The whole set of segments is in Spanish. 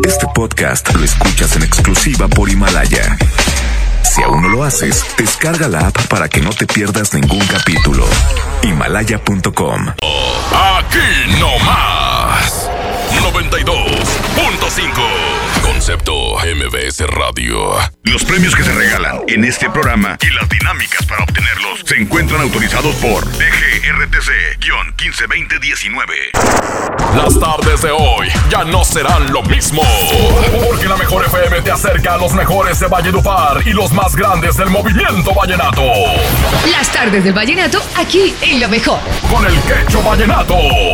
Este podcast lo escuchas en exclusiva por Himalaya. Si aún no lo haces, descarga la app para que no te pierdas ningún capítulo. Himalaya.com. Aquí no más. 92.5. Concepto MBS Radio. Los premios que se regalan en este programa y las dinámicas para obtenerlos se encuentran autorizados por DGRTC-152019. Las tardes de hoy ya no serán lo mismo, porque la Mejor FM te acerca a los mejores de Valledupar y los más grandes del movimiento vallenato. Las tardes del vallenato aquí en La Mejor. Con el Quecho Vallenato.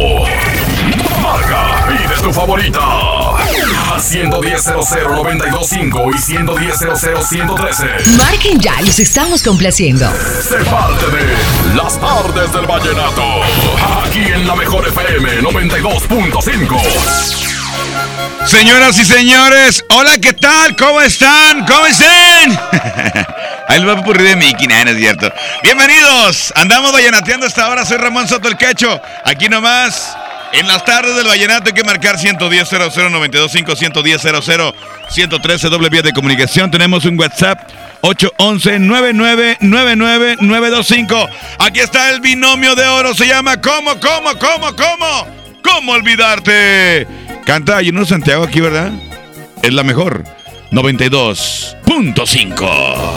Marca, pide tu favorita al 110-00-925 y 110-00-113. Marquen ya, los estamos complaciendo. Sé parte de Las tardes del vallenato, aquí en La Mejor FM 92.5. Señoras y señores, hola, ¿qué tal? ¿Cómo están? ¿Cómo están? Ahí lo va a ocurrir de Mickey, no es cierto. Bienvenidos, andamos vallenateando hasta ahora. Soy Ramón Soto el Quecho, aquí nomás. En las tardes del vallenato hay que marcar 110-00-925, 110-00-113, doble vía de comunicación. Tenemos un WhatsApp, 811-9999-925. Aquí está el binomio de oro, se llama ¿Cómo olvidarte? Canta Ayuno Santiago aquí, ¿verdad? Es La Mejor, 92.5.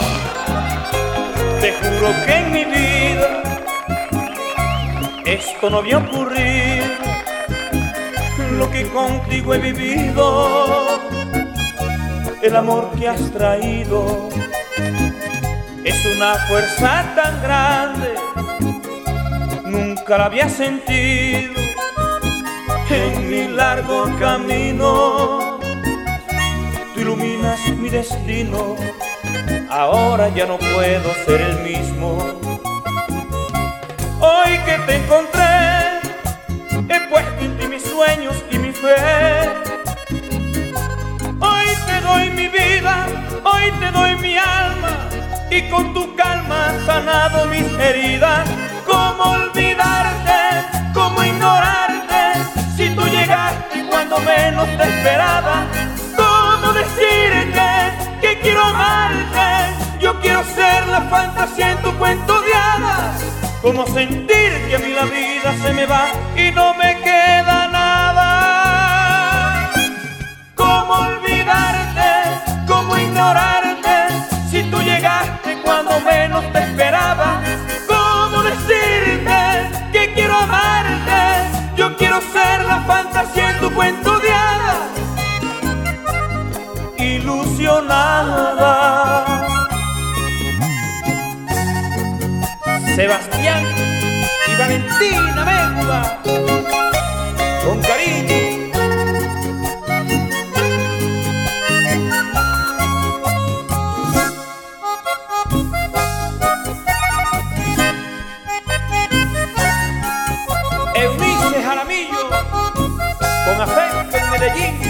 Te juro que en mi vida esto no había ocurrido. Lo que contigo he vivido, el amor que has traído, es una fuerza tan grande, nunca la había sentido. En mi largo camino, tú iluminas mi destino. Ahora ya no puedo ser el mismo. Hoy que te encontré, he puesto en ti mis sueños y mi fe. Hoy te doy mi vida, hoy te doy mi alma, y con tu calma has sanado mis heridas. ¿Cómo olvidarte? ¿Cómo ignorarte? Si tú llegaste cuando menos te esperaba. ¿Cómo decirte que quiero amarte? Yo quiero ser la fantasía en tu cuento de hadas. ¿Cómo sentir que a mí la vida se me va y no me queda nada? ¿Cómo olvidarte? ¿Cómo ignorarte? Si tú llegaste cuando menos te esperaba. ¿Cómo decirte que quiero amarte? Yo quiero ser la fantasía en tu cuento de hadas. Ilusionada. Sebastián y Valentina Mengua, con cariño. Eunice Jaramillo, con afecto en Medellín.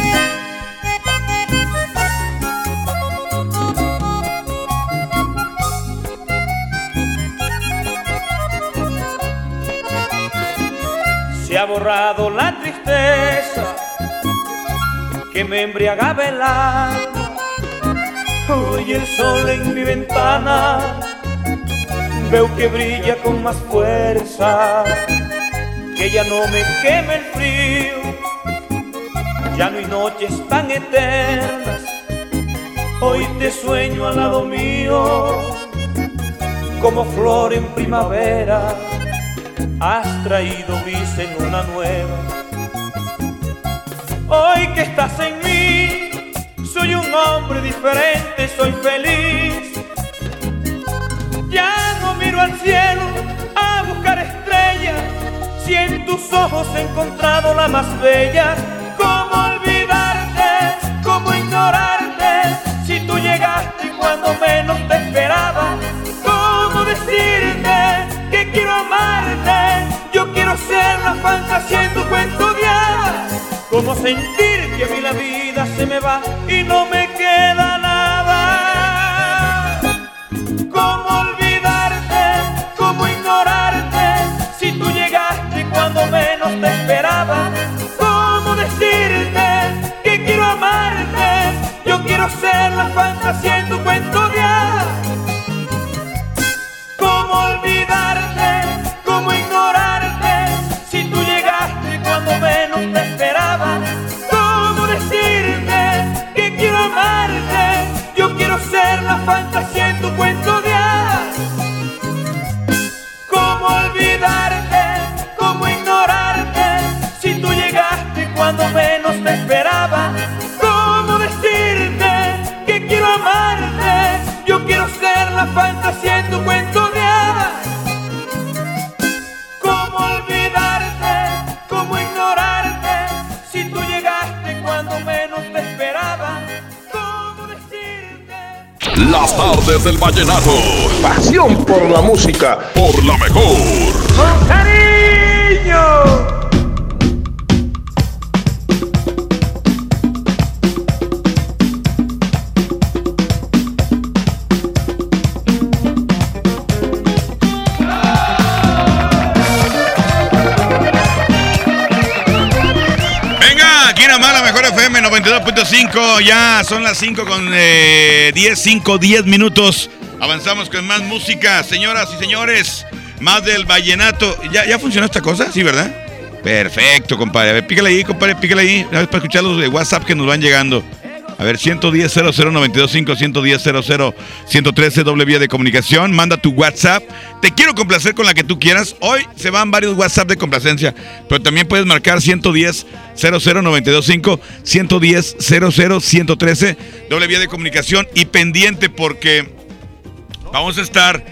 Se ha borrado la tristeza que me embriagaba el alma. Hoy el sol en mi ventana veo que brilla con más fuerza, que ya no me quema el frío, ya no hay noches tan eternas. Hoy te sueño al lado mío, como flor en primavera. Has traído brisa en luna nueva. Hoy que estás en mí, soy un hombre diferente, soy feliz. Ya no miro al cielo a buscar estrellas, si en tus ojos he encontrado la más bella. ¿Cómo olvidarte? ¿Cómo ignorarte? Si tú llegaste cuando menos te esperaba. ¿Cómo decirte que quiero amarte? Yo quiero ser la fantasía en tu cuento de hadas. ¿Cómo sentir que a mí la vida se me va y no me queda nada? ¿Cómo olvidarte? ¿Cómo ignorarte? Si tú llegaste cuando menos te esperaba. ¿Cómo decirte que quiero amarte? ser la fantasía en tu cuento de hadas. ¿Cómo olvidarte? ¿Cómo ignorarte? Si tú llegaste cuando menos te esperaba. ¿Cómo decirte que quiero amarte? Yo quiero ser la fantasía en tu cuento de hadas. ¿Cómo olvidarte? ¿Cómo ignorarte? Si tú llegaste cuando menos te esperaba. ¿Cómo decirte que quiero amarte? Yo quiero ser la fantasía en tu cuento de hadas. ¿Cómo olvidarte? ¿Cómo ignorarte? Si tú llegaste cuando menos te esperaba. ¿Cómo decirte? Las tardes del vallenato. Pasión por la música. Por la mejor. ¡Con cariño! La mejor FM 92.5, ya son las 5 con 10 minutos. Avanzamos con más música, señoras y señores. Más del vallenato. ¿Ya funcionó esta cosa? Sí, ¿verdad? Perfecto, compadre. A ver, pícale ahí, compadre, pícale ahí. A ver, para escuchar los de WhatsApp que nos van llegando. A ver, 110-00-925, 110-00-113, doble vía de comunicación. Manda tu WhatsApp. Te quiero complacer con la que tú quieras. Hoy se van varios WhatsApp de complacencia, pero también puedes marcar 110-00-925, 110-00-113, doble vía de comunicación. Y pendiente porque vamos a estar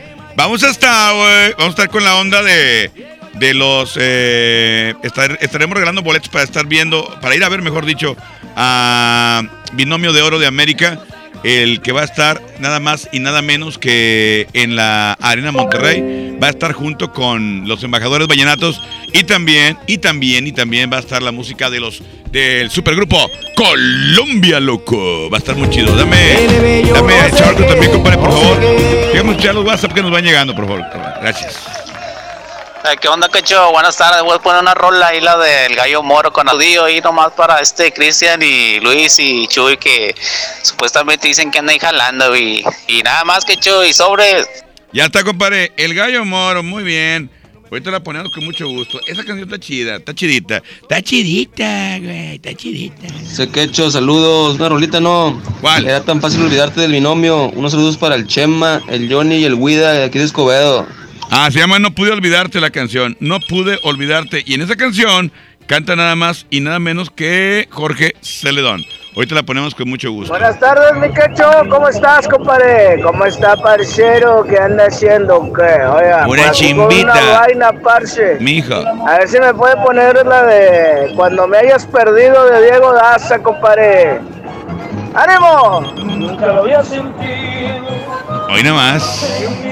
con la onda de los... estaremos regalando boletos para ir a ver, mejor dicho, a Binomio de Oro de América, el que va a estar nada más y nada menos que en la Arena Monterrey. Va a estar junto con los embajadores vallenatos y también va a estar la música del supergrupo Colombia, loco. Va a estar muy chido. Dame Charco también, compadre, por favor. Déjame escuchar los WhatsApp que nos van llegando, por favor. Gracias. ¿Qué onda, Quecho? Buenas tardes. Voy a poner una rola ahí, la del Gallo Moro con Audío, ahí nomás para Cristian y Luis y Chuy, que supuestamente dicen que andan ahí jalando y nada más, Quecho, y sobre. Ya está, compadre. El Gallo Moro, muy bien. Ahorita la ponemos con mucho gusto. Esa canción está chida, está chidita. Está chidita, güey, está chidita. Quecho, saludos. Una rolita, ¿no? ¿Cuál? Era tan fácil olvidarte del binomio. Unos saludos para el Chema, el Johnny y el Guida de aquí de Escobedo. Se llama No Pude Olvidarte la canción. No Pude Olvidarte. Y en esa canción canta nada más y nada menos que Jorge Celedón. Ahorita la ponemos con mucho gusto. Buenas tardes, mi Quecho. ¿Cómo estás, compadre? ¿Cómo está, parcero? ¿Qué anda haciendo? ¿Qué? Oiga, una chimbita. Una vaina, parce. Mijo. A ver si me puede poner la de Cuando me hayas perdido de Diego Daza, compadre. ¡Ánimo! Nunca lo había sentido. Hoy nada más.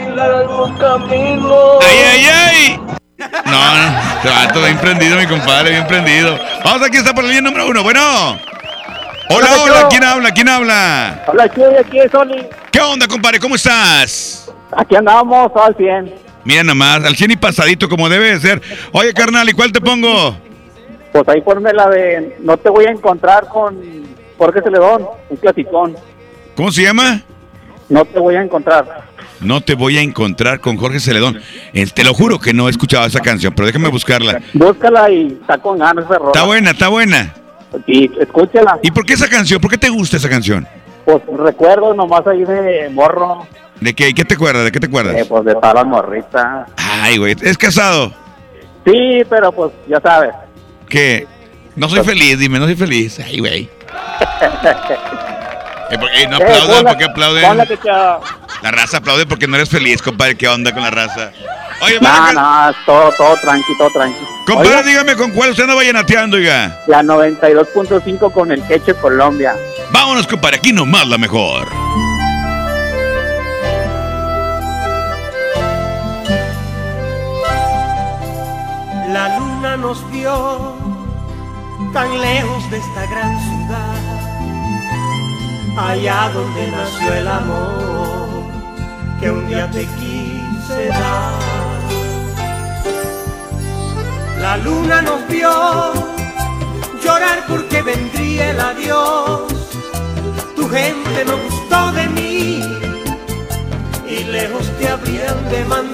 Camino. ¡Ay! No, te va todo bien prendido, mi compadre, bien prendido. Vamos, aquí está por la línea número 1. Bueno. Hola, ¿quién habla? Hola, Chuy, aquí es Sony. ¿Qué onda, compadre? ¿Cómo estás? Aquí andamos, todo al 100. Mira nomás, al 100 y pasadito como debe de ser. Oye, carnal, ¿y cuál te pongo? Pues ahí ponme la de No te voy a encontrar con Jorge Celedón, un clasicón. ¿Cómo se llama? No te voy a encontrar. No te voy a encontrar con Jorge Celedón. Te lo juro que no he escuchado esa canción, pero déjame buscarla. Búscala y está con ganas ese rola. Está buena. Y escúchala. ¿Y por qué esa canción? ¿Por qué te gusta esa canción? Pues recuerdo nomás ahí de morro. ¿De qué? ¿Qué te acuerdas? ¿De qué te acuerdas? Pues de todas las morritas. Ay, güey, ¿es casado? Sí, pero pues ya sabes. ¿Qué? No soy feliz, dime, no soy feliz. Ay, güey. No aplaudan, ¿por qué aplauden? La raza aplaude porque no eres feliz, compadre. ¿Qué onda con la raza? Oye, no, todo tranqui. Compadre, Oiga, dígame con cuál usted anda vallenateando, oiga. La 92.5 con el Quecho Colombia. Vámonos, compadre, aquí nomás la mejor. La luna nos vio tan lejos de esta gran ciudad, allá donde nació el amor que un día te quise dar. La luna nos vio llorar porque vendría el adiós, tu gente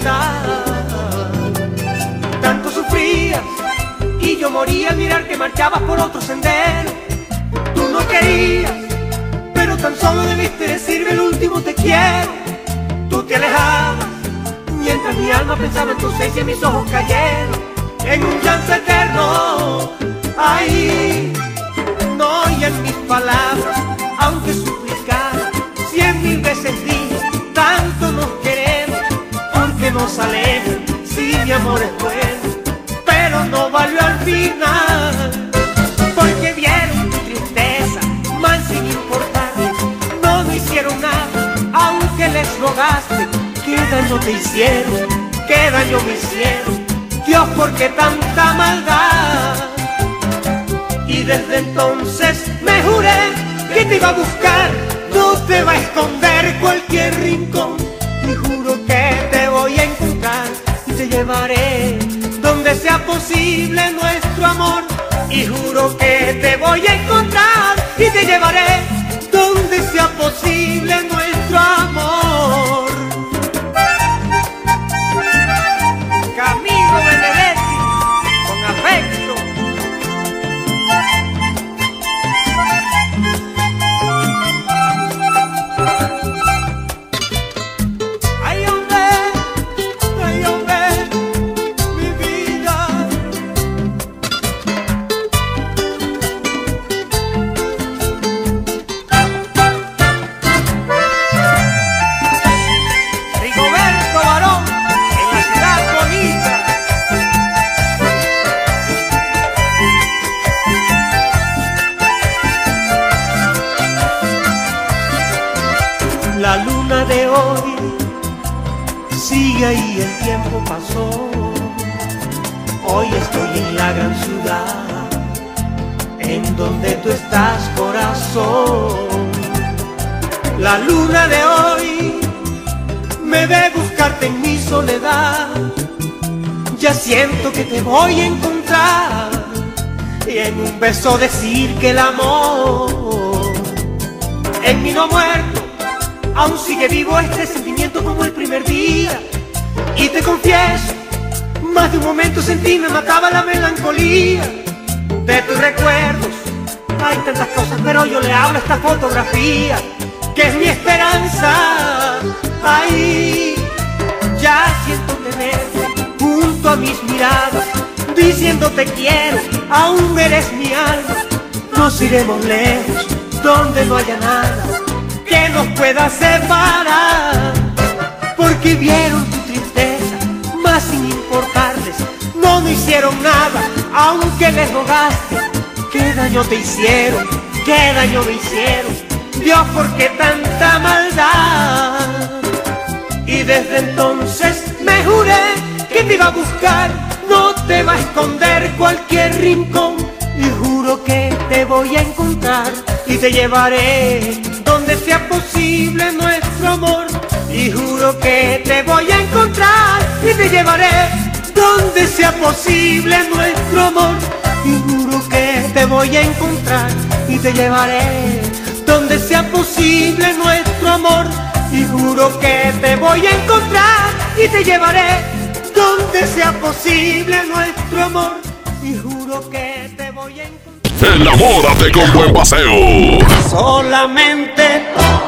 maldad. Tanto sufrías y yo moría al mirar que marchabas por otro sendero. Tú no querías, pero tan solo debiste decirme el último te quiero. Tú te alejabas, mientras mi alma pensaba en tu ausencia y mis ojos cayeron en un llanto eterno. Ay, no, y en mis palabras, aunque suplicara 100,000 veces dije, tanto nos queremos, porque nos alejan, si mi amor es bueno, pero no valió al final, porque vieron tu tristeza, mal sin importarles, no me hicieron nada, aunque les rogaste. ¿Qué daño te hicieron? ¿Qué daño me hicieron? Dios, ¿por qué tanta maldad? Y desde entonces me juré que te iba a buscar, no te va a esconder cualquier rincón. Y juro que te voy a encontrar y te llevaré donde sea posible nuestro amor. Y juro que te voy a encontrar y te llevaré donde sea posible nuestro amor. Camilo Benedetti, con afecto. Ay, hombre, mi vida. Rigoberto Barón, en la ciudad bonita. La luna de hoy sigue ahí, el tiempo pasó. Hoy estoy en la gran ciudad, en donde tú estás, corazón. La luna de hoy me ve buscarte en mi soledad. Ya siento que te voy a encontrar y en un beso decir que el amor en mí no ha muerto. Aún sigue vivo este sentimiento como el primer día. Y te confieso, más de un momento sentí me mataba la melancolía de tus recuerdos. Hay tantas cosas, pero yo le hablo a esta fotografía que es mi esperanza. Ay, ya siento tenerte junto a mis miradas, diciendo te quiero, aún eres mi alma. Nos iremos lejos, donde no haya nada que nos pueda separar, porque vieron tu tristeza, más sin importarles, no me hicieron nada, aunque les rogaste. ¿Qué daño te hicieron? ¿Qué daño me hicieron? Dios, ¿por qué tanta maldad? Y desde entonces me juré que te iba a buscar, no te va a esconder cualquier rincón. Y juro que te voy a encontrar y te llevaré donde sea posible nuestro amor. Y juro que te voy a encontrar y te llevaré donde sea posible nuestro amor. Y juro que te voy a encontrar y te llevaré donde sea posible nuestro amor. Y juro que te voy a encontrar y te llevaré donde sea posible nuestro amor. Y juro que te voy a encontrar. Enamórate con Buen Paseo. Solamente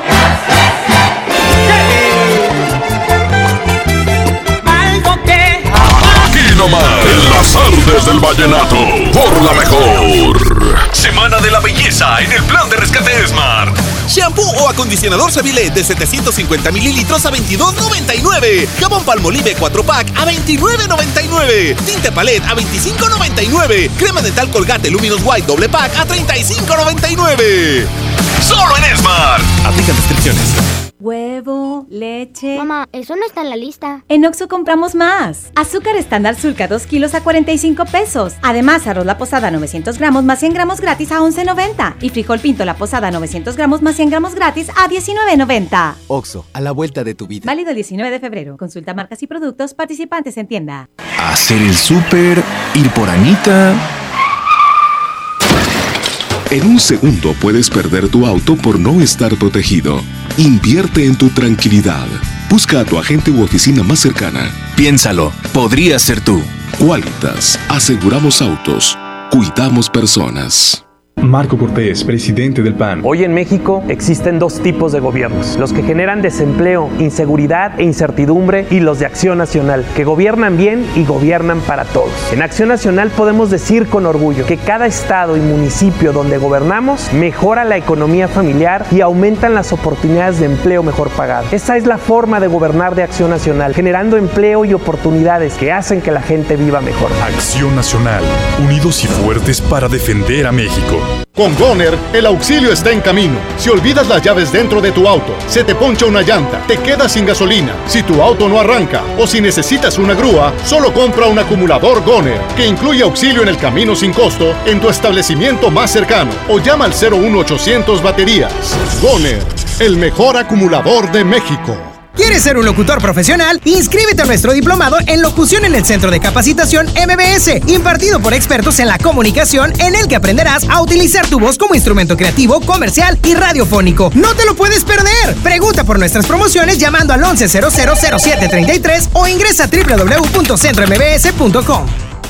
algo que Aquí nomás, en las tardes del vallenato, por la mejor. Semana de la belleza en el plan de rescate Smart. Shampoo o acondicionador Seville de 750 mililitros a $22.99. Jabón Palmolive 4-pack a $29.99. Tinte Palette a $25.99. Crema dental Colgate Luminous White doble pack a $35.99. Solo en Smart. Aplican descripciones. Huevo, leche. Mamá, eso no está en la lista. En Oxxo compramos más. Azúcar estándar Sulca 2 kilos a 45 pesos. Además, arroz La Posada 900 gramos más 100 gramos gratis a $11.90. Y frijol pinto La Posada 900 gramos más 100 gramos gratis a $19.90. Oxxo, a la vuelta de tu vida. Válido el 19 de febrero. Consulta marcas y productos participantes en tienda. Hacer el súper, ir por Anita. En un segundo puedes perder tu auto por no estar protegido. Invierte en tu tranquilidad. Busca a tu agente u oficina más cercana. Piénsalo, podría ser tú. Quálitas, aseguramos autos, cuidamos personas. Marco Cortés, presidente del PAN. Hoy en México existen dos tipos de gobiernos: los que generan desempleo, inseguridad e incertidumbre, y los de Acción Nacional, que gobiernan bien y gobiernan para todos. En Acción Nacional podemos decir con orgullo que cada estado y municipio donde gobernamos mejora la economía familiar y aumentan las oportunidades de empleo mejor pagado. Esa es la forma de gobernar de Acción Nacional, generando empleo y oportunidades que hacen que la gente viva mejor. Acción Nacional, unidos y fuertes para defender a México. Con Goner, el auxilio está en camino. Si olvidas las llaves dentro de tu auto, se te poncha una llanta, te quedas sin gasolina, si tu auto no arranca o si necesitas una grúa, solo compra un acumulador Goner, que incluye auxilio en el camino sin costo en tu establecimiento más cercano, o llama al 01800 baterías. Goner, el mejor acumulador de México. ¿Quieres ser un locutor profesional? Inscríbete a nuestro diplomado en locución en el Centro de Capacitación MBS, impartido por expertos en la comunicación, en el que aprenderás a utilizar tu voz como instrumento creativo, comercial y radiofónico. ¡No te lo puedes perder! Pregunta por nuestras promociones llamando al 11000733 o ingresa a www.centrombs.com.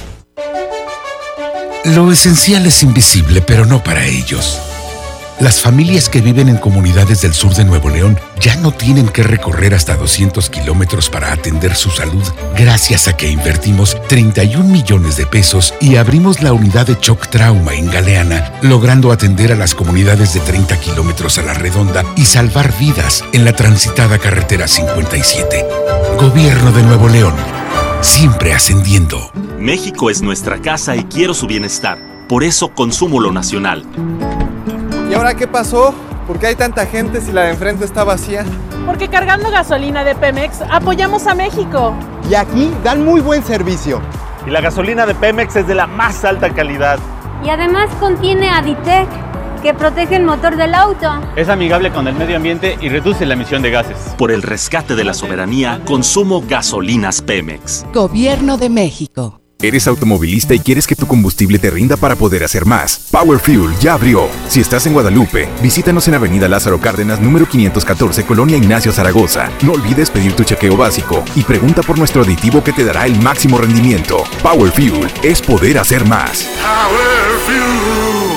Lo esencial es invisible, pero no para ellos. Las familias que viven en comunidades del sur de Nuevo León ya no tienen que recorrer hasta 200 kilómetros para atender su salud, gracias a que invertimos 31 millones de pesos y abrimos la unidad de Shock Trauma en Galeana, logrando atender a las comunidades de 30 kilómetros a la redonda y salvar vidas en la transitada carretera 57. Gobierno de Nuevo León, siempre ascendiendo. México es nuestra casa y quiero su bienestar. Por eso consumo lo nacional. ¿Y ahora qué pasó? ¿Por qué hay tanta gente si la de enfrente está vacía? Porque cargando gasolina de Pemex apoyamos a México. Y aquí dan muy buen servicio. Y la gasolina de Pemex es de la más alta calidad. Y además contiene Aditec, que protege el motor del auto. Es amigable con el medio ambiente y reduce la emisión de gases. Por el rescate de la soberanía, consumo gasolinas Pemex. Gobierno de México. ¿Eres automovilista y quieres que tu combustible te rinda para poder hacer más? Power Fuel ya abrió. Si estás en Guadalupe, visítanos en Avenida Lázaro Cárdenas, número 514, Colonia Ignacio Zaragoza. No olvides pedir tu chequeo básico y pregunta por nuestro aditivo que te dará el máximo rendimiento. Power Fuel es poder hacer más. Power Fuel.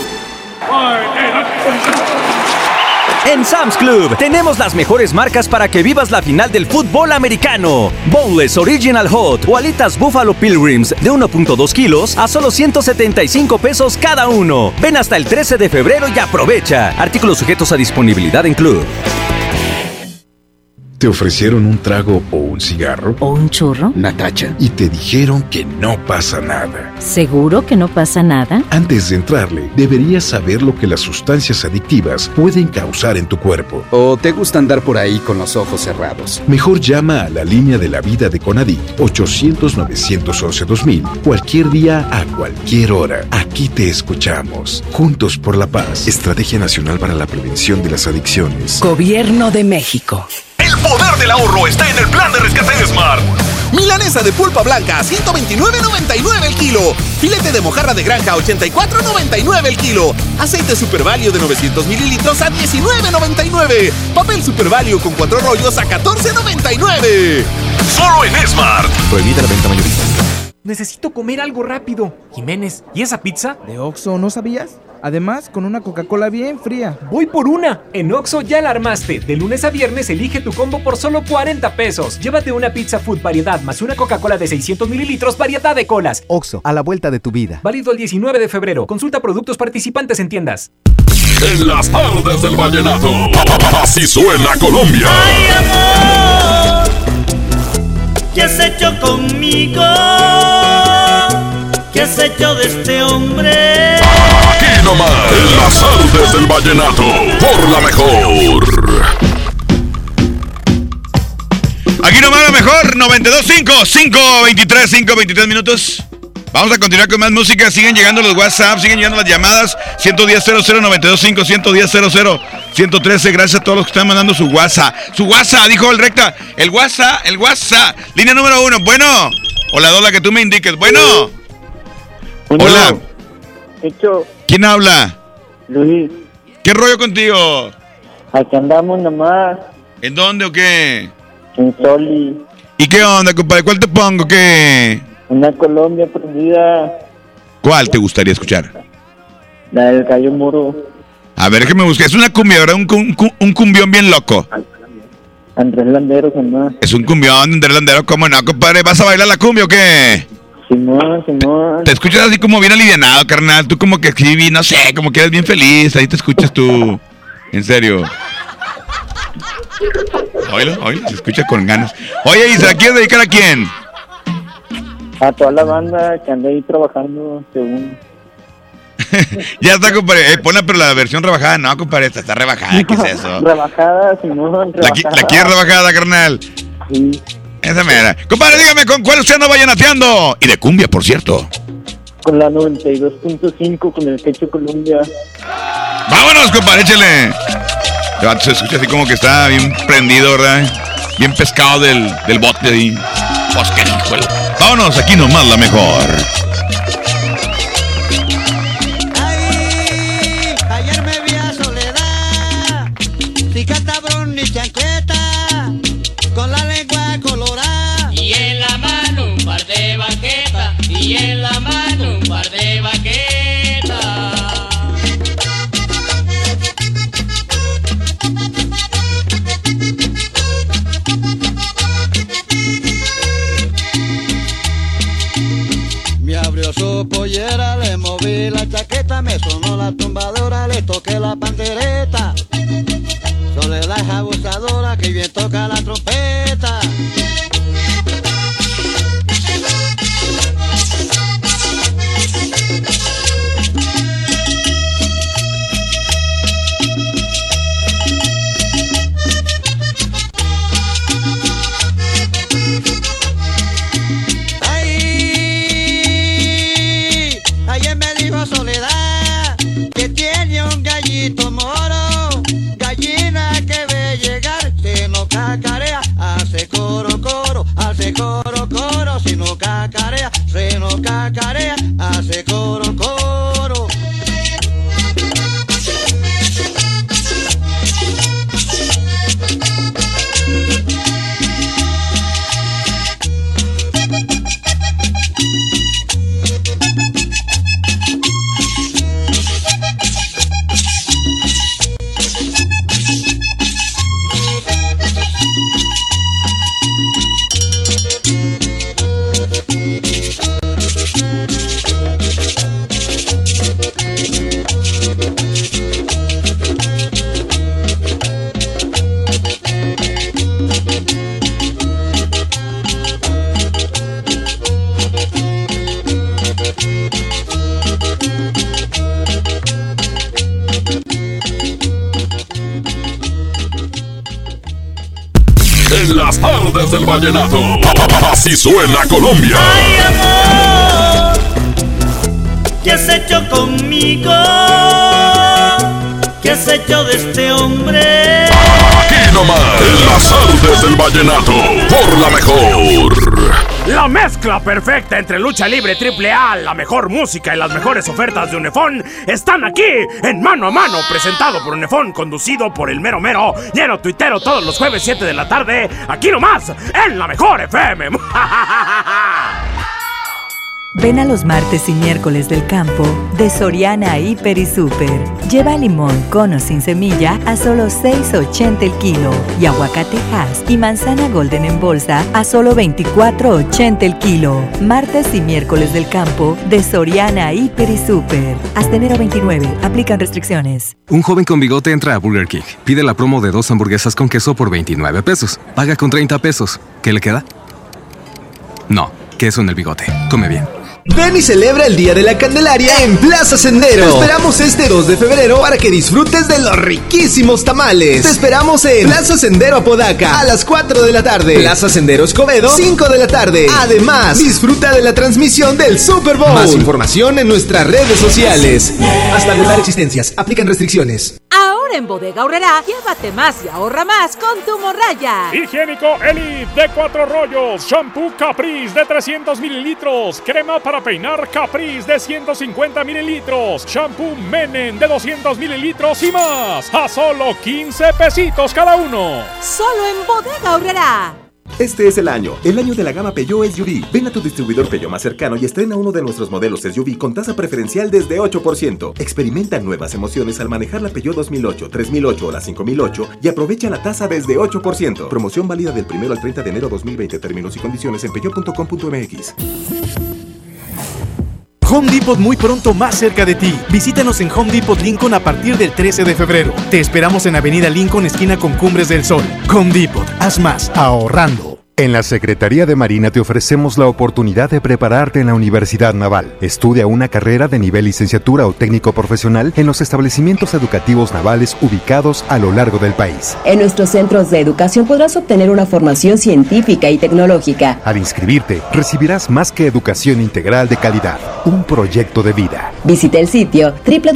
En Sam's Club tenemos las mejores marcas para que vivas la final del fútbol americano. Boneless Original Hot o alitas Buffalo Pilgrims de 1.2 kilos a solo 175 pesos cada uno. Ven hasta el 13 de febrero y aprovecha. Artículos sujetos a disponibilidad en Club. ¿Te ofrecieron un trago o un cigarro? ¿O un churro? Natacha. Y te dijeron que no pasa nada. ¿Seguro que no pasa nada? Antes de entrarle, deberías saber lo que las sustancias adictivas pueden causar en tu cuerpo. ¿O te gusta andar por ahí con los ojos cerrados? Mejor llama a la línea de la vida de Conadic 800-911-2000 cualquier día a cualquier hora. Aquí te escuchamos. Juntos por la paz. Estrategia Nacional para la Prevención de las Adicciones. Gobierno de México. El poder del ahorro está en el plan de rescate de Smart. Milanesa de pulpa blanca a $129.99 el kilo. Filete de mojarra de granja a $84.99 el kilo. Aceite Super Value de 900 mililitros a $19.99. Papel Super Value con 4 rollos a $14.99. Solo en Smart. Prohibida la venta mayorista. Necesito comer algo rápido. Jiménez, ¿y esa pizza? ¿De Oxxo, no sabías? Además, con una Coca-Cola bien fría. Voy por una. En Oxxo ya la armaste. De lunes a viernes elige tu combo por solo 40 pesos. Llévate una pizza food variedad más una Coca-Cola de 600 mililitros variedad de colas. Oxxo, a la vuelta de tu vida. Válido el 19 de febrero. Consulta productos participantes en tiendas. En las tardes del vallenato. Así suena Colombia. Ay, amor, ¿qué has hecho conmigo? ¿Qué has hecho de este hombre? Aquí nomás, en las tardes del vallenato, por la mejor. Aquí nomás la mejor, 92.5 minutos. Vamos a continuar con más música. Siguen llegando los WhatsApp, siguen llegando las llamadas. 110-00-925, 110-00-113. Gracias a todos los que están mandando su WhatsApp. Su WhatsApp, dijo el recta. El WhatsApp. Línea número 1. Bueno. O la 2, la que tú me indiques. Bueno. Hola. Hecho. ¿Quién habla? Luis. ¿Qué rollo contigo? Aquí andamos nomás. ¿En dónde o qué? Un Soli. ¿Y qué onda, compadre? ¿Cuál te pongo? ¿Qué? Una Colombia prendida. ¿Cuál te gustaría escuchar? La del Gallo Moro. A ver, que me busque. Es una cumbia, ¿verdad? Un cumbión bien loco. Andrés Landero, ¿no? Es un cumbión, Andrés Landero, ¿cómo no, compadre? ¿Vas a bailar la cumbia o qué? Simón. Te escuchas así como bien alivianado, carnal. Tú como que sí, no sé, como que eres bien feliz. Ahí te escuchas tú. En serio. Oílo, se escucha con ganas. Oye, Isa, ¿quieres dedicar a quién? A toda la banda que anda ahí trabajando, según... Ya está, compadre. Ponla, pero la versión rebajada. No, compadre, está rebajada. ¿Qué es eso? Rebajada, Simón, rebajada. ¿La quieres rebajada, carnal? Sí. Esa mera. Compadre, dígame, ¿con cuál usted anda vallenateando? Y de cumbia, por cierto. Con la 92.5, con el Quecho Colombia. ¡Vámonos, compadre, échale! Se escucha así como que está bien prendido, ¿verdad? Bien pescado del bote ahí. Pues qué hijuelo. Vámonos, aquí nomás la mejor. Ay, ayer me vi a Soledad, sin catabrón ni chancleta, con la lengua colorada. Y en la mano un par de baquetas, y en la mano un par de baquetas. Su pollera, le moví la chaqueta, me sonó la tumbadora, le toqué la pandereta. Soledad es abusadora, que bien toca la trompeta. Soledad, que tiene un gallito moro, gallina que ve llegar, se no cacarea, hace coro coro, hace coro coro, si no cacarea, se no cacarea, hace coro coro. En las tardes del vallenato, así suena Colombia. Ay, amor, ¿qué has hecho conmigo? ¿Qué has hecho de este hombre? Aquí nomás, en las tardes del vallenato, por la mejor. La mezcla perfecta entre lucha libre AAA, la mejor música y las mejores ofertas de Unefón están aquí en Mano a Mano, presentado por Unefón, conducido por el mero mero, lleno tuitero todos los jueves 7 de la tarde, aquí nomás, en la mejor FM. Ven a los martes y miércoles del campo de Soriana Hiper y Super. Lleva limón con o sin semilla a solo $6.80 el kilo y aguacate Hass y manzana Golden en bolsa a solo $24.80 el kilo. Martes y miércoles del campo de Soriana Hiper y Super. Hasta enero 29. Aplican restricciones. Un joven con bigote entra a Burger King. Pide la promo de 2 hamburguesas con queso por 29 pesos. Paga con 30 pesos. ¿Qué le queda? No, queso en el bigote. Come bien. Ven y celebra el Día de la Candelaria en Plaza Sendero. Te esperamos este 2 de febrero para que disfrutes de los riquísimos tamales. Te esperamos en Plaza Sendero Apodaca a las 4 de la tarde. Plaza Sendero Escobedo, 5 de la tarde. Además, disfruta de la transmisión del Super Bowl. Más información en nuestras redes sociales. Hasta agotar existencias. Aplican restricciones. Ahora en Bodega Aurrerá, llévate más y ahorra más con tu morralla. Higiénico Elite de 4 rollos, shampoo Caprice de 300 mililitros, crema para peinar Caprice de 150 mililitros, shampoo Menen de 200 mililitros y más, a solo 15 pesitos cada uno. Solo en Bodega Aurrerá. Este es el año de la gama Peugeot SUV. Ven a tu distribuidor Peugeot más cercano y estrena uno de nuestros modelos SUV con tasa preferencial desde 8%. Experimenta nuevas emociones al manejar la Peugeot 2008, 3008 o la 5008 y aprovecha la tasa desde 8%. Promoción válida del 1 al 30 de enero 2020. Términos y condiciones en peugeot.com.mx. Home Depot muy pronto más cerca de ti. Visítanos en Home Depot Lincoln a partir del 13 de febrero. Te esperamos en Avenida Lincoln, esquina con Cumbres del Sol. Home Depot, haz más ahorrando. En la Secretaría de Marina te ofrecemos la oportunidad de prepararte en la Universidad Naval. Estudia una carrera de nivel licenciatura o técnico profesional en los establecimientos educativos navales ubicados a lo largo del país. En nuestros centros de educación podrás obtener una formación científica y tecnológica. Al inscribirte, recibirás más que educación integral de calidad, un proyecto de vida. Visita el sitio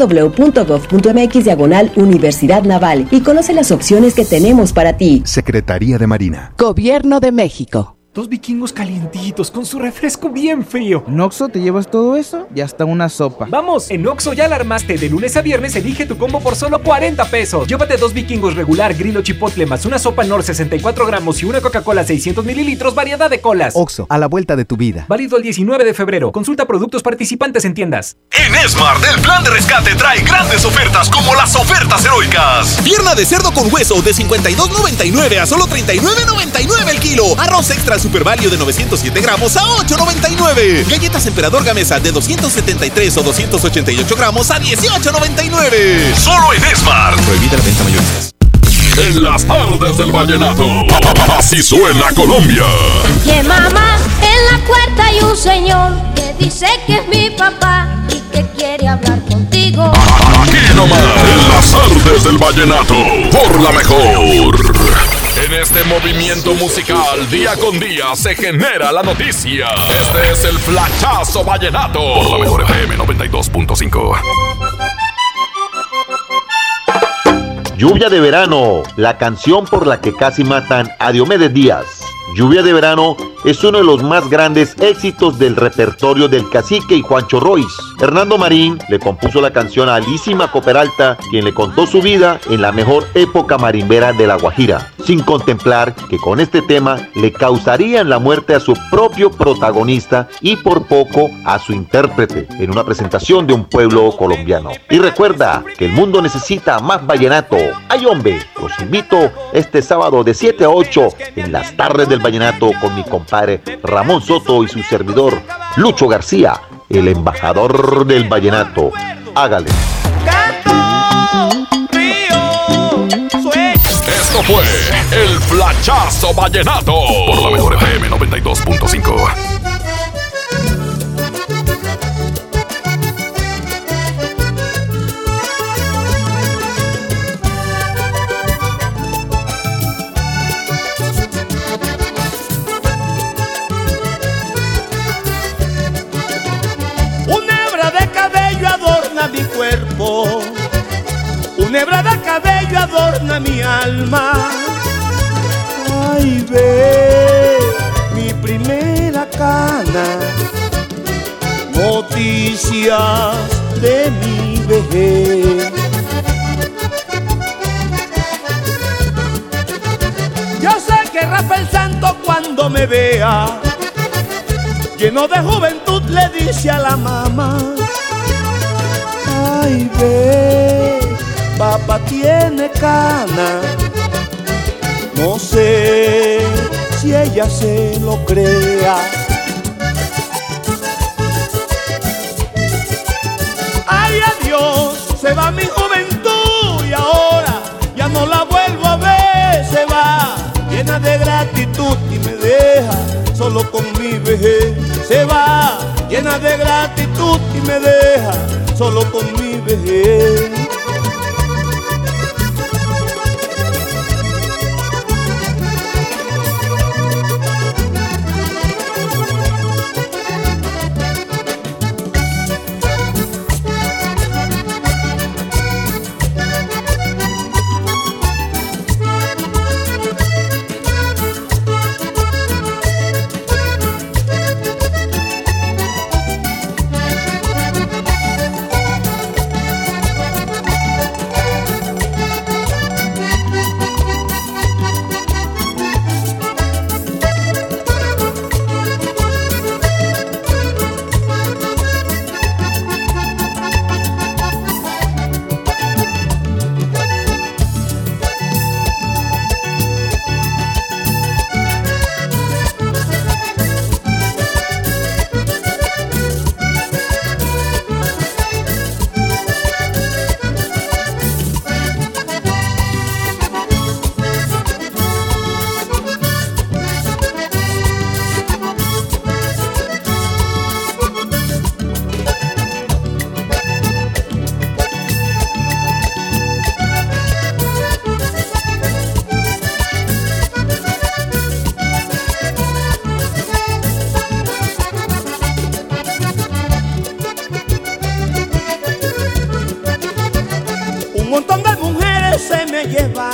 www.gov.mx/Universidad Naval y conoce las opciones que tenemos para ti. Secretaría de Marina. Gobierno de México. 2 vikingos calientitos con su refresco bien frío. ¿En Oxxo te llevas todo eso? Y hasta una sopa. ¡Vamos! En Oxxo ya la armaste. De lunes a viernes elige tu combo por solo 40 pesos. Llévate 2 vikingos regular, grill chipotle, más una sopa Knorr 64 gramos y una Coca-Cola 600 mililitros, variedad de colas. Oxxo, a la vuelta de tu vida. Válido el 19 de febrero. Consulta productos participantes en tiendas. En Smart, el plan de rescate trae grandes ofertas como las ofertas heroicas. Pierna de cerdo con hueso de $52.99 a solo $39.99 el kilo. Arroz extra Super Value de 907 gramos a $8.99. Galletas Emperador Gamesa de 273 o 288 gramos a $18.99. Solo en Smart. Prohibida la venta mayoristas. En las tardes del vallenato. Así suena Colombia. Que mamá, en la puerta hay un señor que dice que es mi papá y que quiere hablar contigo. Aquí nomás, en las tardes del vallenato. Por la mejor. En este movimiento musical, día con día, se genera la noticia. Este es el Flachazo Vallenato. Por la mejor FM 92.5. Lluvia de verano, la canción por la que casi matan a Diomedes Díaz. Lluvia de verano es uno de los más grandes éxitos del repertorio del Cacique y Juancho Royce. Hernando Marín le compuso la canción a Alísima Coperalta, quien le contó su vida en la mejor época marimbera de La Guajira, sin contemplar que con este tema le causarían la muerte a su propio protagonista y por poco a su intérprete en una presentación de un pueblo colombiano. Y recuerda que el mundo necesita más vallenato. ¡Ay, hombre! Los invito este sábado de 7 a 8 en las tardes del vallenato con mi compadre Ramón Soto y su servidor Lucho García, el embajador del vallenato. Hágale. Esto fue el Flachazo Vallenato por la mejor FM 92.5. Mi cuerpo, una hebra de cabello adorna mi alma. Ay, ve mi primera cana, noticias de mi vejez. Yo sé que Rafael Santo cuando me vea lleno de juventud le dice a la mamá: ay, ve, papá tiene cana. No sé si ella se lo crea. Ay, adiós, se va mi juventud y ahora ya no la vuelvo a ver. Se va llena de gratitud y me deja solo con mi vejez. Se va llena de gratitud y me deja solo con mi vejez.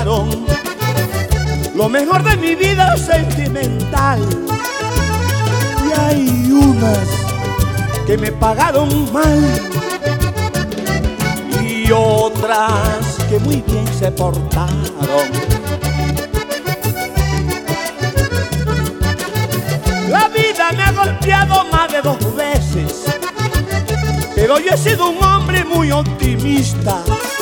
quitaron lo mejor de mi vida sentimental. Y hay unas que me pagaron mal y otras que muy bien se portaron. La vida me ha golpeado más de 2 veces, pero yo he sido un hombre muy optimista.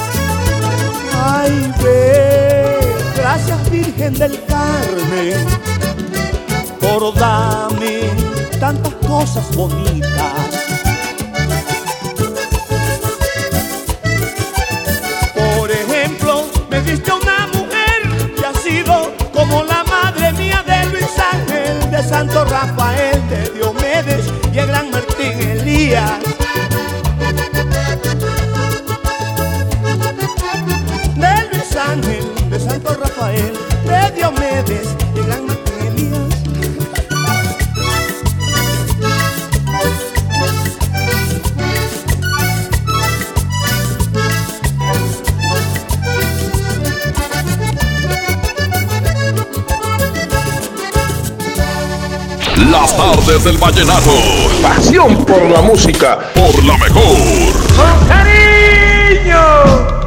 Ay, ve, gracias Virgen del Carmen por darme tantas cosas bonitas. Por ejemplo, me diste una mujer que ha sido como la madre mía de Luis Ángel, de Santo Rafael, de Diomedes y el gran Martín Elías. De Luis Ángel, de Santo Rafael, de Diomedes y el gran Martín Elías. Las tardes del vallenato. Pasión por la música, por la mejor. ¡Con cariño!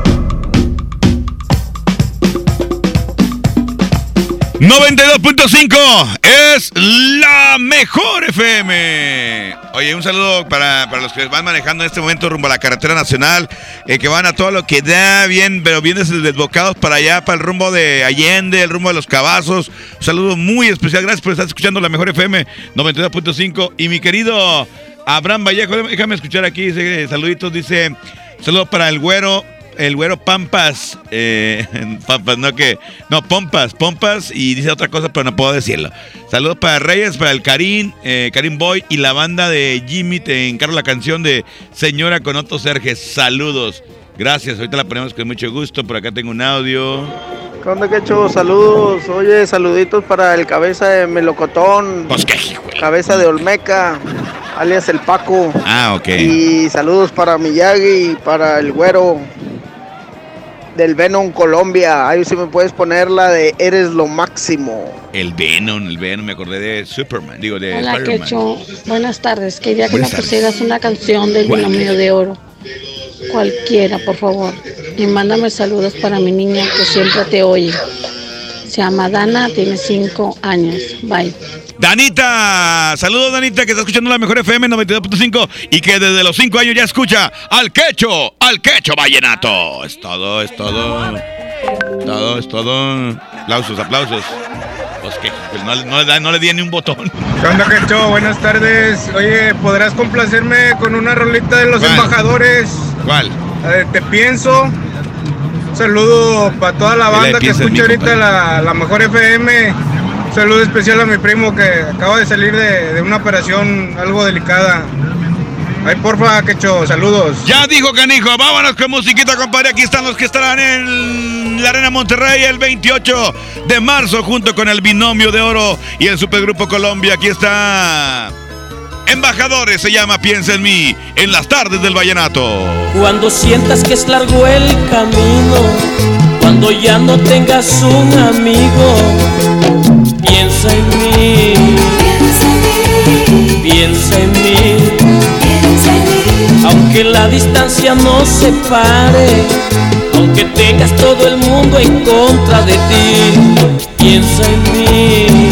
92.5 es la mejor FM. Oye, un saludo para los que van manejando en este momento rumbo a la carretera nacional, que van a todo lo que da bien, pero bien desbocados para allá, para el rumbo de Allende, el rumbo de los Cavazos. Un saludo muy especial, gracias por estar escuchando la mejor FM 92.5. Y mi querido Abraham Vallejo, déjame escuchar aquí, dice, saluditos, dice, saludo para el güero Pampas, Pompas, y dice otra cosa, pero no puedo decirlo. Saludos para Reyes, para el Karim Boy y la banda de Jimmy, te encargo la canción de Señora con Otto Serge. Saludos, gracias, ahorita la ponemos con mucho gusto, por acá tengo un audio. ¿Qué onda, Quecho? Saludos, oye, saluditos para el cabeza de Melocotón, pues qué, cabeza de Olmeca, alias el Paco. Ah, ok. Y saludos para Miyagi y para el güero del Venom Colombia. Ahí sí me puedes poner la de Eres lo máximo. El Venom, me acordé de Superman, digo de Hola, Spider-Man. Quecho, buenas tardes. Quería que Buenas me tardes. pusieras una canción del Binomio de Oro. Cualquiera, por favor. Y mándame saludos para mi niña que siempre te oye. Se llama Dana, tiene 5 años. Bye. Danita, saludos Danita, que está escuchando la mejor FM 92.5 y que desde los 5 años ya escucha al Quecho Vallenato. Es todo. Aplausos. Pues que no le di ni un botón. ¿Qué onda, Quecho? Buenas tardes. Oye, ¿podrás complacerme con una rolita de los embajadores? ¿Cuál? Te pienso. Un saludo para toda la banda que escucha ahorita la mejor FM. Un saludo especial a mi primo que acaba de salir de una operación algo delicada. Ay, porfa, Quecho, saludos. Ya dijo Canijo, vámonos con musiquita, compadre. Aquí están los que estarán en la Arena Monterrey el 28 de marzo junto con el Binomio de Oro y el Supergrupo Colombia. Aquí está Embajadores, se llama Piensa en mí, en las tardes del vallenato. Cuando sientas que es largo el camino, cuando ya no tengas un amigo, piensa en mí, piensa en mí. Aunque la distancia nos separe, aunque tengas todo el mundo en contra de ti, piensa en mí,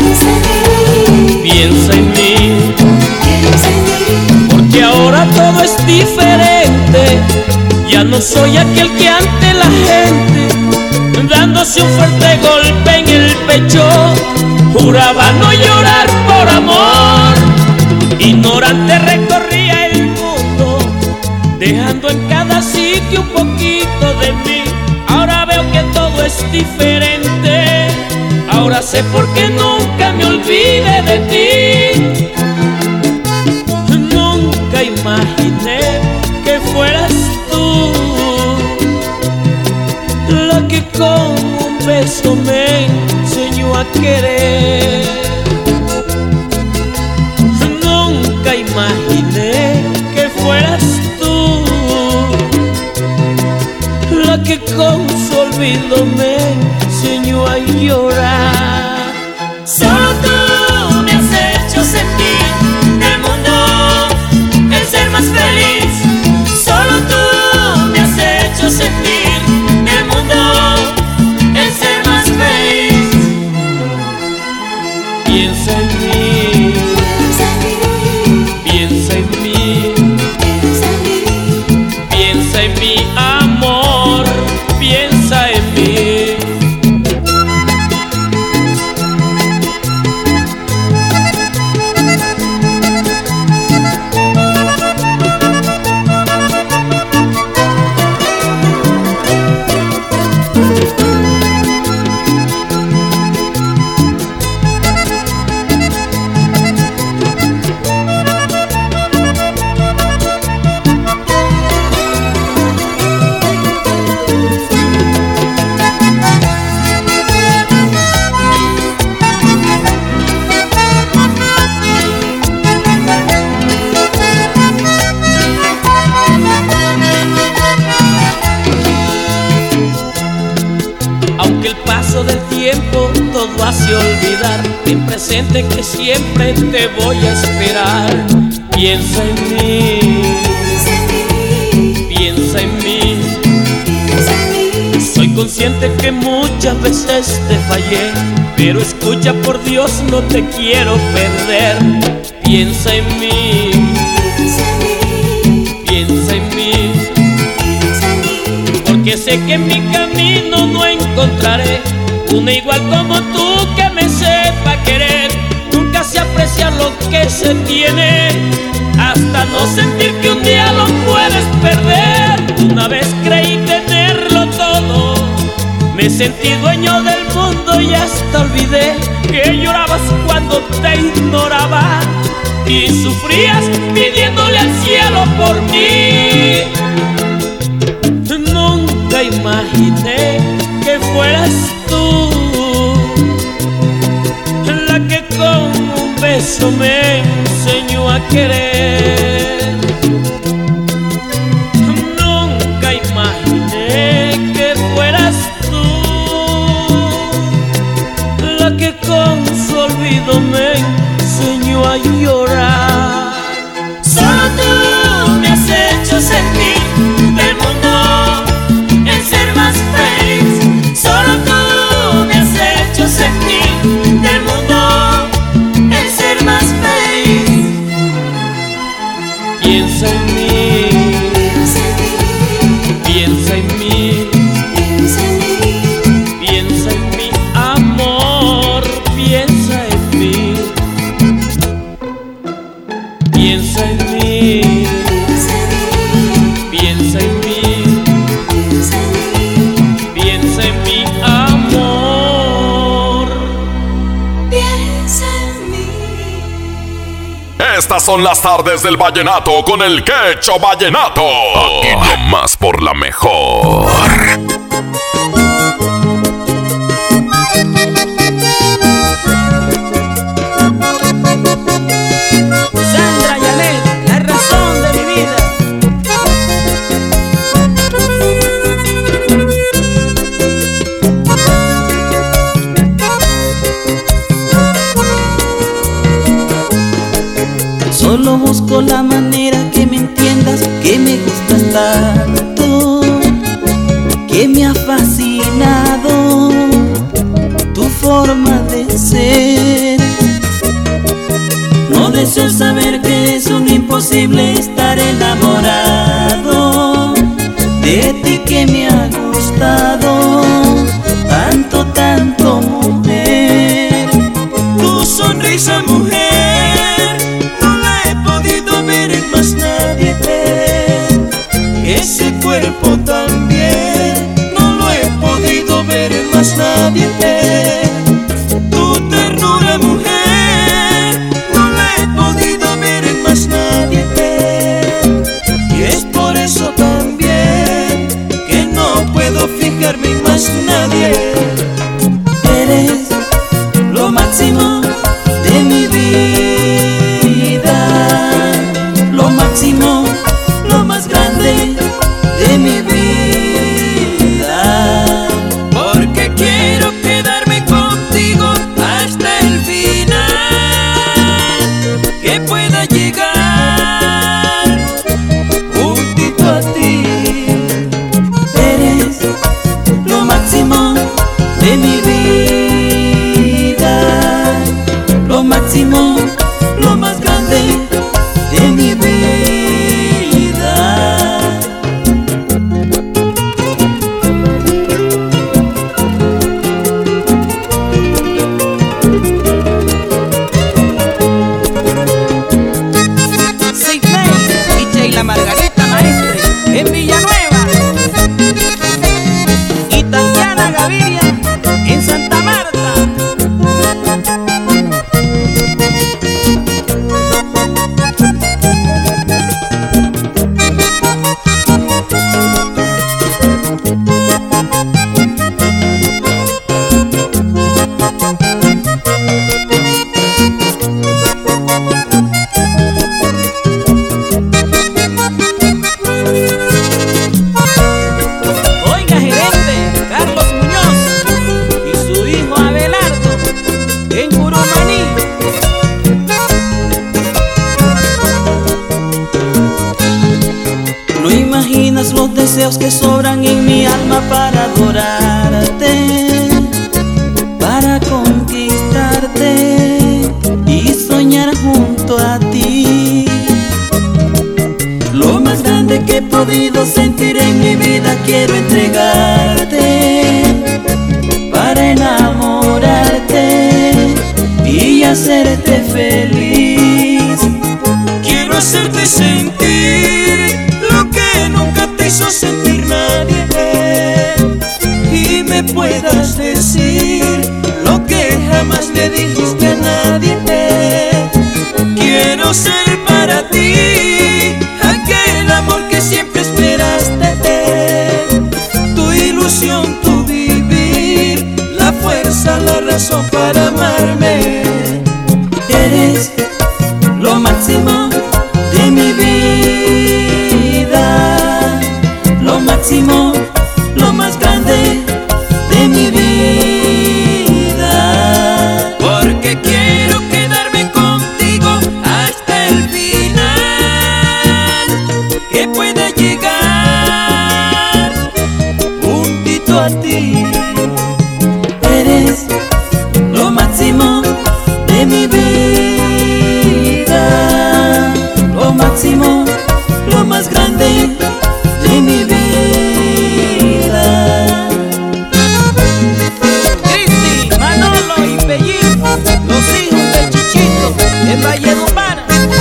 piensa en mí, porque ahora todo es diferente. Ya no soy aquel que ante la gente, dándose un fuerte golpe en el pecho, juraba no llorar por amor. Ignorante recorría el mundo, dejando en cada sitio un poquito de mí. Ahora veo que todo es diferente, ahora sé por qué nunca me olvidé de ti. Nunca imaginé que fueras tú la que con un beso me enseñó a querer. Nunca imaginé que fueras tú la que con solo olvido me enseñó a llorar. Solo tú me has hecho sentir del mundo el ser más feliz. Solo tú me has hecho sentir del mundo el ser más feliz. Piensa en mí, piensa en mí, piensa en mi amor, piensa en mí. Todo hace olvidar, ten presente que siempre te voy a esperar. Piensa en mí, piensa en mí. Soy consciente que muchas veces te fallé, pero escucha, por Dios, no te quiero perder. Piensa en mí, piensa en mí, porque sé que en mi camino no encontraré una igual como tú que me sepa querer. Nunca se aprecia lo que se tiene, hasta no sentir que un día lo puedes perder. Una vez creí tenerlo todo, me sentí dueño del mundo y hasta olvidé que llorabas cuando te ignoraba y sufrías pidiéndole al cielo por mí. Nunca imaginé que fueras tú la que con un beso me enseñó a querer. Nunca imaginé que fueras tú la que con su olvido me enseñó a llorar. Solo tú me has hecho sentir del mundo el ser más feliz. Solo tú me has hecho sentir del mundo el ser más feliz. Piensa en mí, piensa en mí, piensa en mi amor, piensa en mí, piensa en mí, piensa en mí, piensa en mi amor, piensa en mí. Estas son las tardes del vallenato con el Quecho Vallenato. Aquí nomás por la mejor. Sandra Yanet, la razón de mi vida. Solo busco la manera que me entiendas, que me gustas tanto, que me ha fascinado tu forma de ser. No deseo saber que es un imposible estar enamorado de ti, que me ha gustado tanto, tanto, mujer. Tu sonrisa, mujer, no la he podido ver en más nadie. Ese cuerpo también no lo he podido ver en más nadie. Tu ternura, mujer, no la he podido ver en más nadie. Y es por eso también que no puedo fijarme en más nadie. Eres lo máximo de mi vida, lo máximo, lo más grande de mi vida. quiero entregarte para enamorarte y hacerte feliz. Quiero hacerte sentir lo que nunca te hizo sentir nadie y me puedas decir lo que jamás le dijiste a nadie. Quiero ser para ti aquel amor que siempre esperaste, tu ilusión, tu vivir, la fuerza, la razón para amarme. Eres lo máximo de mi vida, lo máximo, lo más grande de mi vida, porque quiero quedarme contigo hasta el final, que pueda llegar juntito a ti. Eres lo máximo de mi vida, lo máximo, lo más grande de mi vida. Cristi, Manolo y Pellín, los hijos del Chichito, en Valledupar.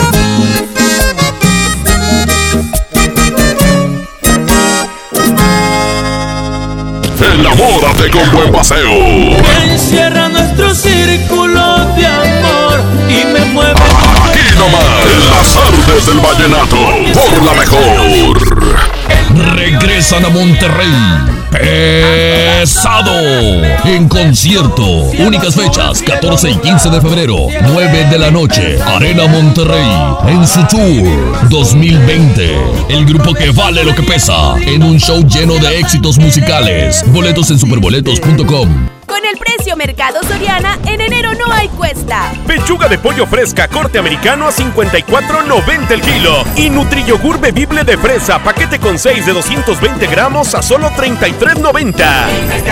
Enamórate con Buen Paseo. Encierra nuestro círculo de amor y me mueve. Aquí nomás, en las artes del vallenato, por la mejor. Regresan a Monterrey. Pesado en concierto. Únicas fechas 14 y 15 de febrero, 9 de la noche, Arena Monterrey. En su tour 2020, el grupo que vale lo que pesa, en un show lleno de éxitos musicales. Boletos en superboletos.com. Con el precio Mercado Soriana, en enero no hay cuesta. Pechuga de pollo fresca corte americano a $54.90 el kilo. Y Nutriyogur bebible de fresa, paquete con 6 de 220 gramos a solo $33.90.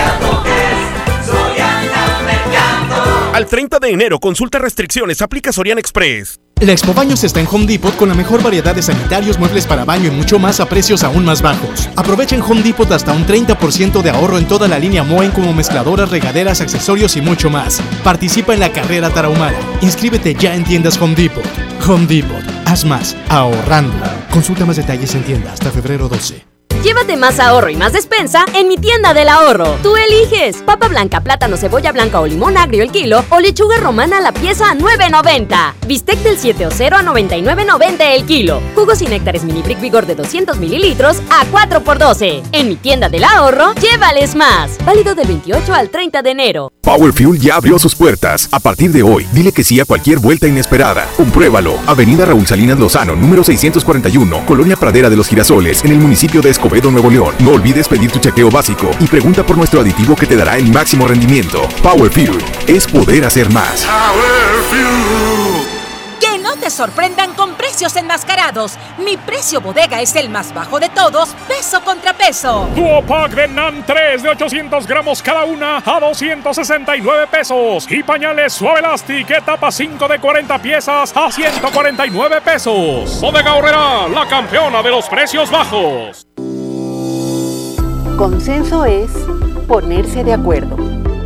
Al 30 de enero, consulta restricciones, aplica Soriana Express. La Expo Baños está en Home Depot con la mejor variedad de sanitarios, muebles para baño y mucho más a precios aún más bajos. Aprovecha en Home Depot hasta un 30% de ahorro en toda la línea Moen, como mezcladoras, regaderas, accesorios y mucho más. Participa en la carrera tarahumara. Inscríbete ya en tiendas Home Depot. Home Depot. Haz más ahorrando. Consulta más detalles en tienda hasta febrero 12. Llévate más ahorro y más despensa en mi tienda del ahorro. Tú eliges papa blanca, plátano, cebolla blanca o limón agrio el kilo, o lechuga romana a la pieza a $9.90. Bistec del 7 o 0 a $99.90 el kilo. Jugos y néctares mini brick vigor de 200 mililitros a 4x12. En mi tienda del ahorro, llévales más. Válido del 28 al 30 de enero. Power Fuel ya abrió sus puertas. A partir de hoy, dile que sí a cualquier vuelta inesperada. Compruébalo. Avenida Raúl Salinas Lozano, número 641, Colonia Pradera de los Girasoles, en el municipio de Escobedo, Nuevo León. No olvides pedir tu chequeo básico y pregunta por nuestro aditivo que te dará el máximo rendimiento. Power Fuel es poder hacer más. Power Fuel. Que no te sorprendan con precios enmascarados. Mi precio bodega es el más bajo de todos, peso contra peso. Duopack de NAN 3 de 800 gramos cada una a 269 pesos. Y pañales Suave Elastic etapa 5 de 40 piezas a 149 pesos. Bodega Aurrera, la campeona de los precios bajos. Consenso es ponerse de acuerdo.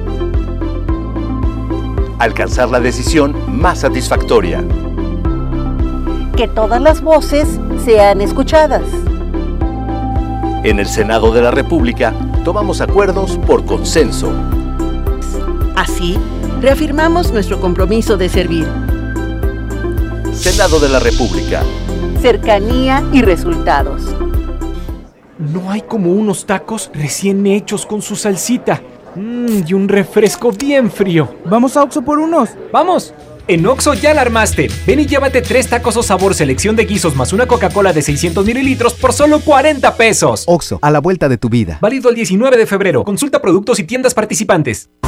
Alcanzar la decisión más satisfactoria. Que todas las voces sean escuchadas. En el Senado de la República tomamos acuerdos por consenso. Así, reafirmamos nuestro compromiso de servir. Senado de la República. Cercanía y resultados. No hay como unos tacos recién hechos con su salsita. Y un refresco bien frío. ¿Vamos a Oxxo por unos? ¡Vamos! En Oxxo ya la armaste. Ven y llévate 3 tacos o sabor selección de guisos más una Coca-Cola de 600 mililitros por solo 40 pesos. Oxxo, a la vuelta de tu vida. Válido el 19 de febrero. Consulta productos y tiendas participantes.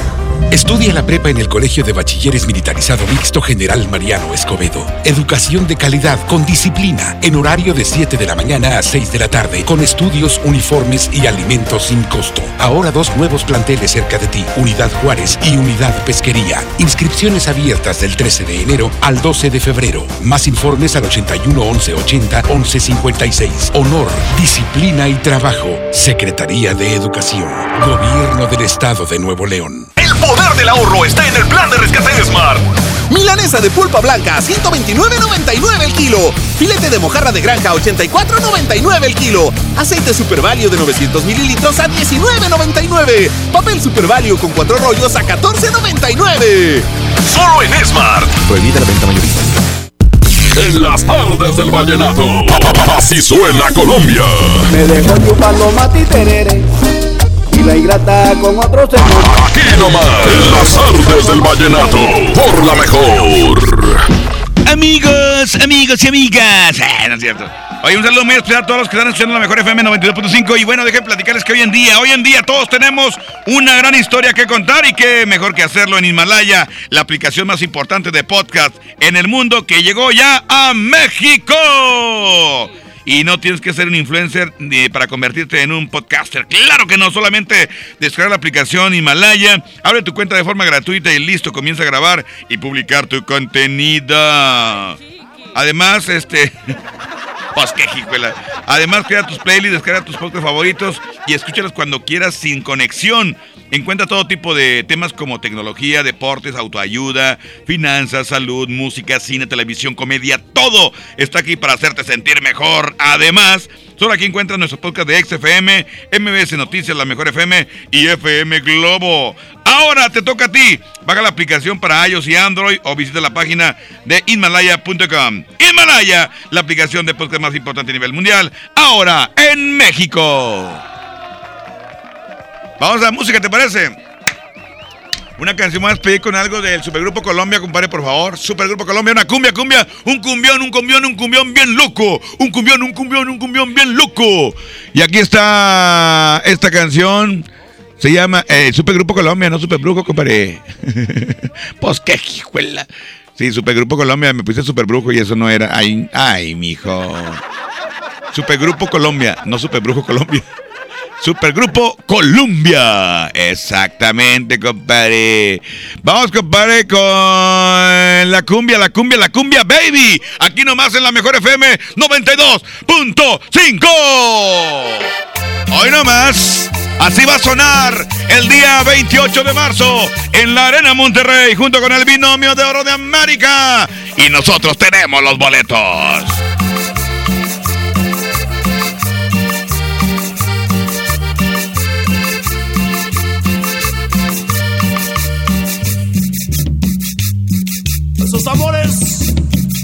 Estudia la prepa en el Colegio de Bachilleres Militarizado Mixto General Mariano Escobedo. Educación de calidad con disciplina, en horario de 7 de la mañana a 6 de la tarde, con estudios, uniformes y alimentos sin costo. Ahora 2 nuevos planteles cerca de ti, Unidad Juárez y Unidad Pesquería. Inscripciones abiertas del 13 de enero al 12 de febrero. Más informes al 81 11 80 11 56. Honor, disciplina y trabajo. Secretaría de Educación. Gobierno del Estado de Nuevo León. El poder del ahorro está en el plan de rescate Smart. Milanesa de pulpa blanca a $129.99 el kilo. Filete de mojarra de granja a $84.99 el kilo. Aceite Super Value de 900 mililitros a $19.99. Papel Super Value con 4 rollos a $14.99. Solo en Smart. Prohibida la venta mayorista. En las tardes del vallenato, así suena Colombia. Me dejó chupando mati terere y la ingrata con otro señor. Aquí nomás, en las tardes del vallenato, por la mejor. Amigos y amigas. No es cierto. Oye, un saludo muy especial a todos los que están escuchando la mejor FM 92.5. Y bueno, dejen platicarles que hoy en día todos tenemos una gran historia que contar. Y qué mejor que hacerlo en Himalaya, la aplicación más importante de podcast en el mundo, que llegó ya a México. Y no tienes que ser un influencer para convertirte en un podcaster. Claro que no, solamente descargar la aplicación Himalaya, abre tu cuenta de forma gratuita y listo, comienza a grabar y publicar tu contenido. Además, pues qué jijuela. Además, crea tus playlists, descarga tus podcasts favoritos y escúchalos cuando quieras sin conexión. Encuentra todo tipo de temas como tecnología, deportes, autoayuda, finanzas, salud, música, cine, televisión, comedia. Todo está aquí para hacerte sentir mejor. Además, solo aquí encuentras nuestros podcasts de XFM, MBS Noticias, La Mejor FM y FM Globo. Ahora te toca a ti. Baja la aplicación para iOS y Android o visita la página de Himalaya.com. Himalaya, la aplicación de podcast más importante a nivel mundial, ahora en México. Vamos a la música, ¿te parece? Una canción más, pedir con algo del Supergrupo Colombia, compadre, por favor. Supergrupo Colombia, una cumbia, un cumbión bien loco. Un cumbión bien loco. Y aquí está esta canción. Se llama Supergrupo Colombia, no Superbrujo, compadre. Pues qué hijuela. Sí, Supergrupo Colombia, me puse Superbrujo y eso no era. Ay, mijo. Supergrupo Colombia, no Superbrujo Colombia. Supergrupo Colombia. Exactamente, compadre. Vamos, compadre, con la cumbia, baby. Aquí nomás en la Mejor FM 92.5. Hoy nomás. Así va a sonar el día 28 de marzo en la Arena Monterrey junto con el Binomio de Oro de América. Y nosotros tenemos los boletos. Esos amores,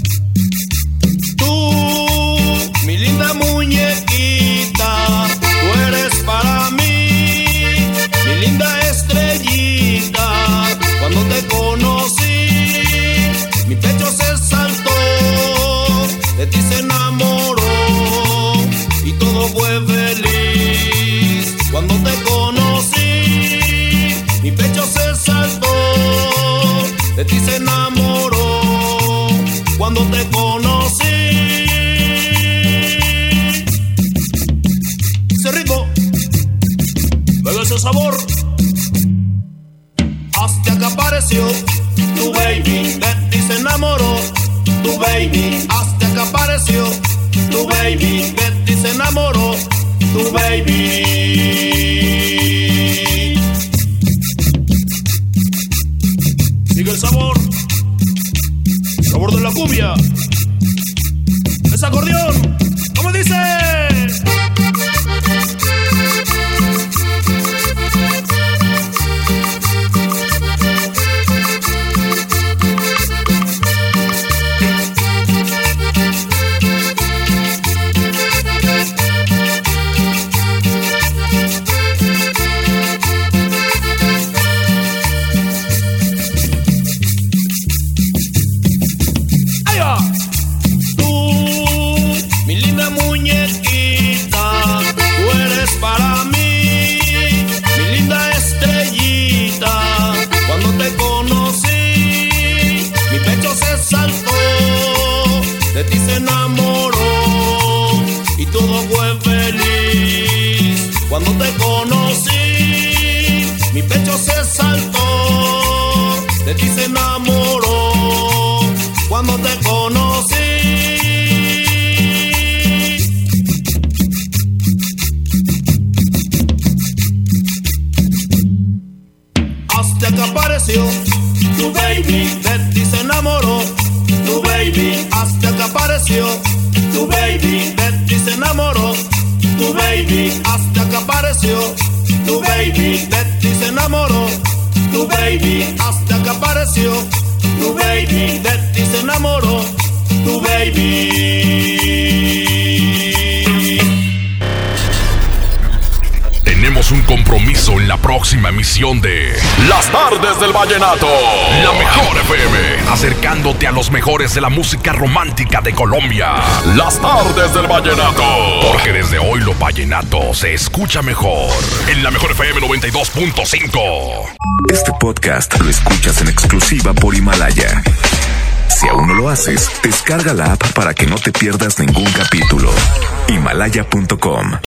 tú, mi linda muñequita, tú eres para mí, mi linda estrellita. Cuando te conocí, mi pecho se saltó, de ti se enamoró y todo fue feliz. Cuando te conocí, mi pecho se saltó, de ti se enamoró. Cuando te conocí, ese ritmo, luego ese sabor, hasta que apareció tu baby, de ti se enamoró. Tu baby, hasta que apareció tu baby, de ti se enamoró. Tu baby. Sigue el sabor de la cumbia. Es acordeón, ¿cómo dice? Ahí va. Tú, mi linda muñequita, alto, de ti se enamoró cuando te conocí. Hasta que apareció tu baby, de ti se enamoró tu baby. Hasta que apareció tu baby, de ti se enamoró tu baby. Hasta que apareció tu baby, de ti se enamoró tu baby. Hasta que apareció tu baby, de ti se enamoró tu baby. Tenemos un compromiso en la próxima emisión de Las Tardes del Vallenato. La mejor FM, acercándote a los mejores de la música romántica de Colombia. Las Tardes del Vallenato. Porque desde hoy lo vallenato se escucha mejor. En la mejor FM 92.5. Este podcast lo escuchas en exclusiva por Himalaya. Si aún no lo haces, descarga la app para que no te pierdas ningún capítulo. Himalaya.com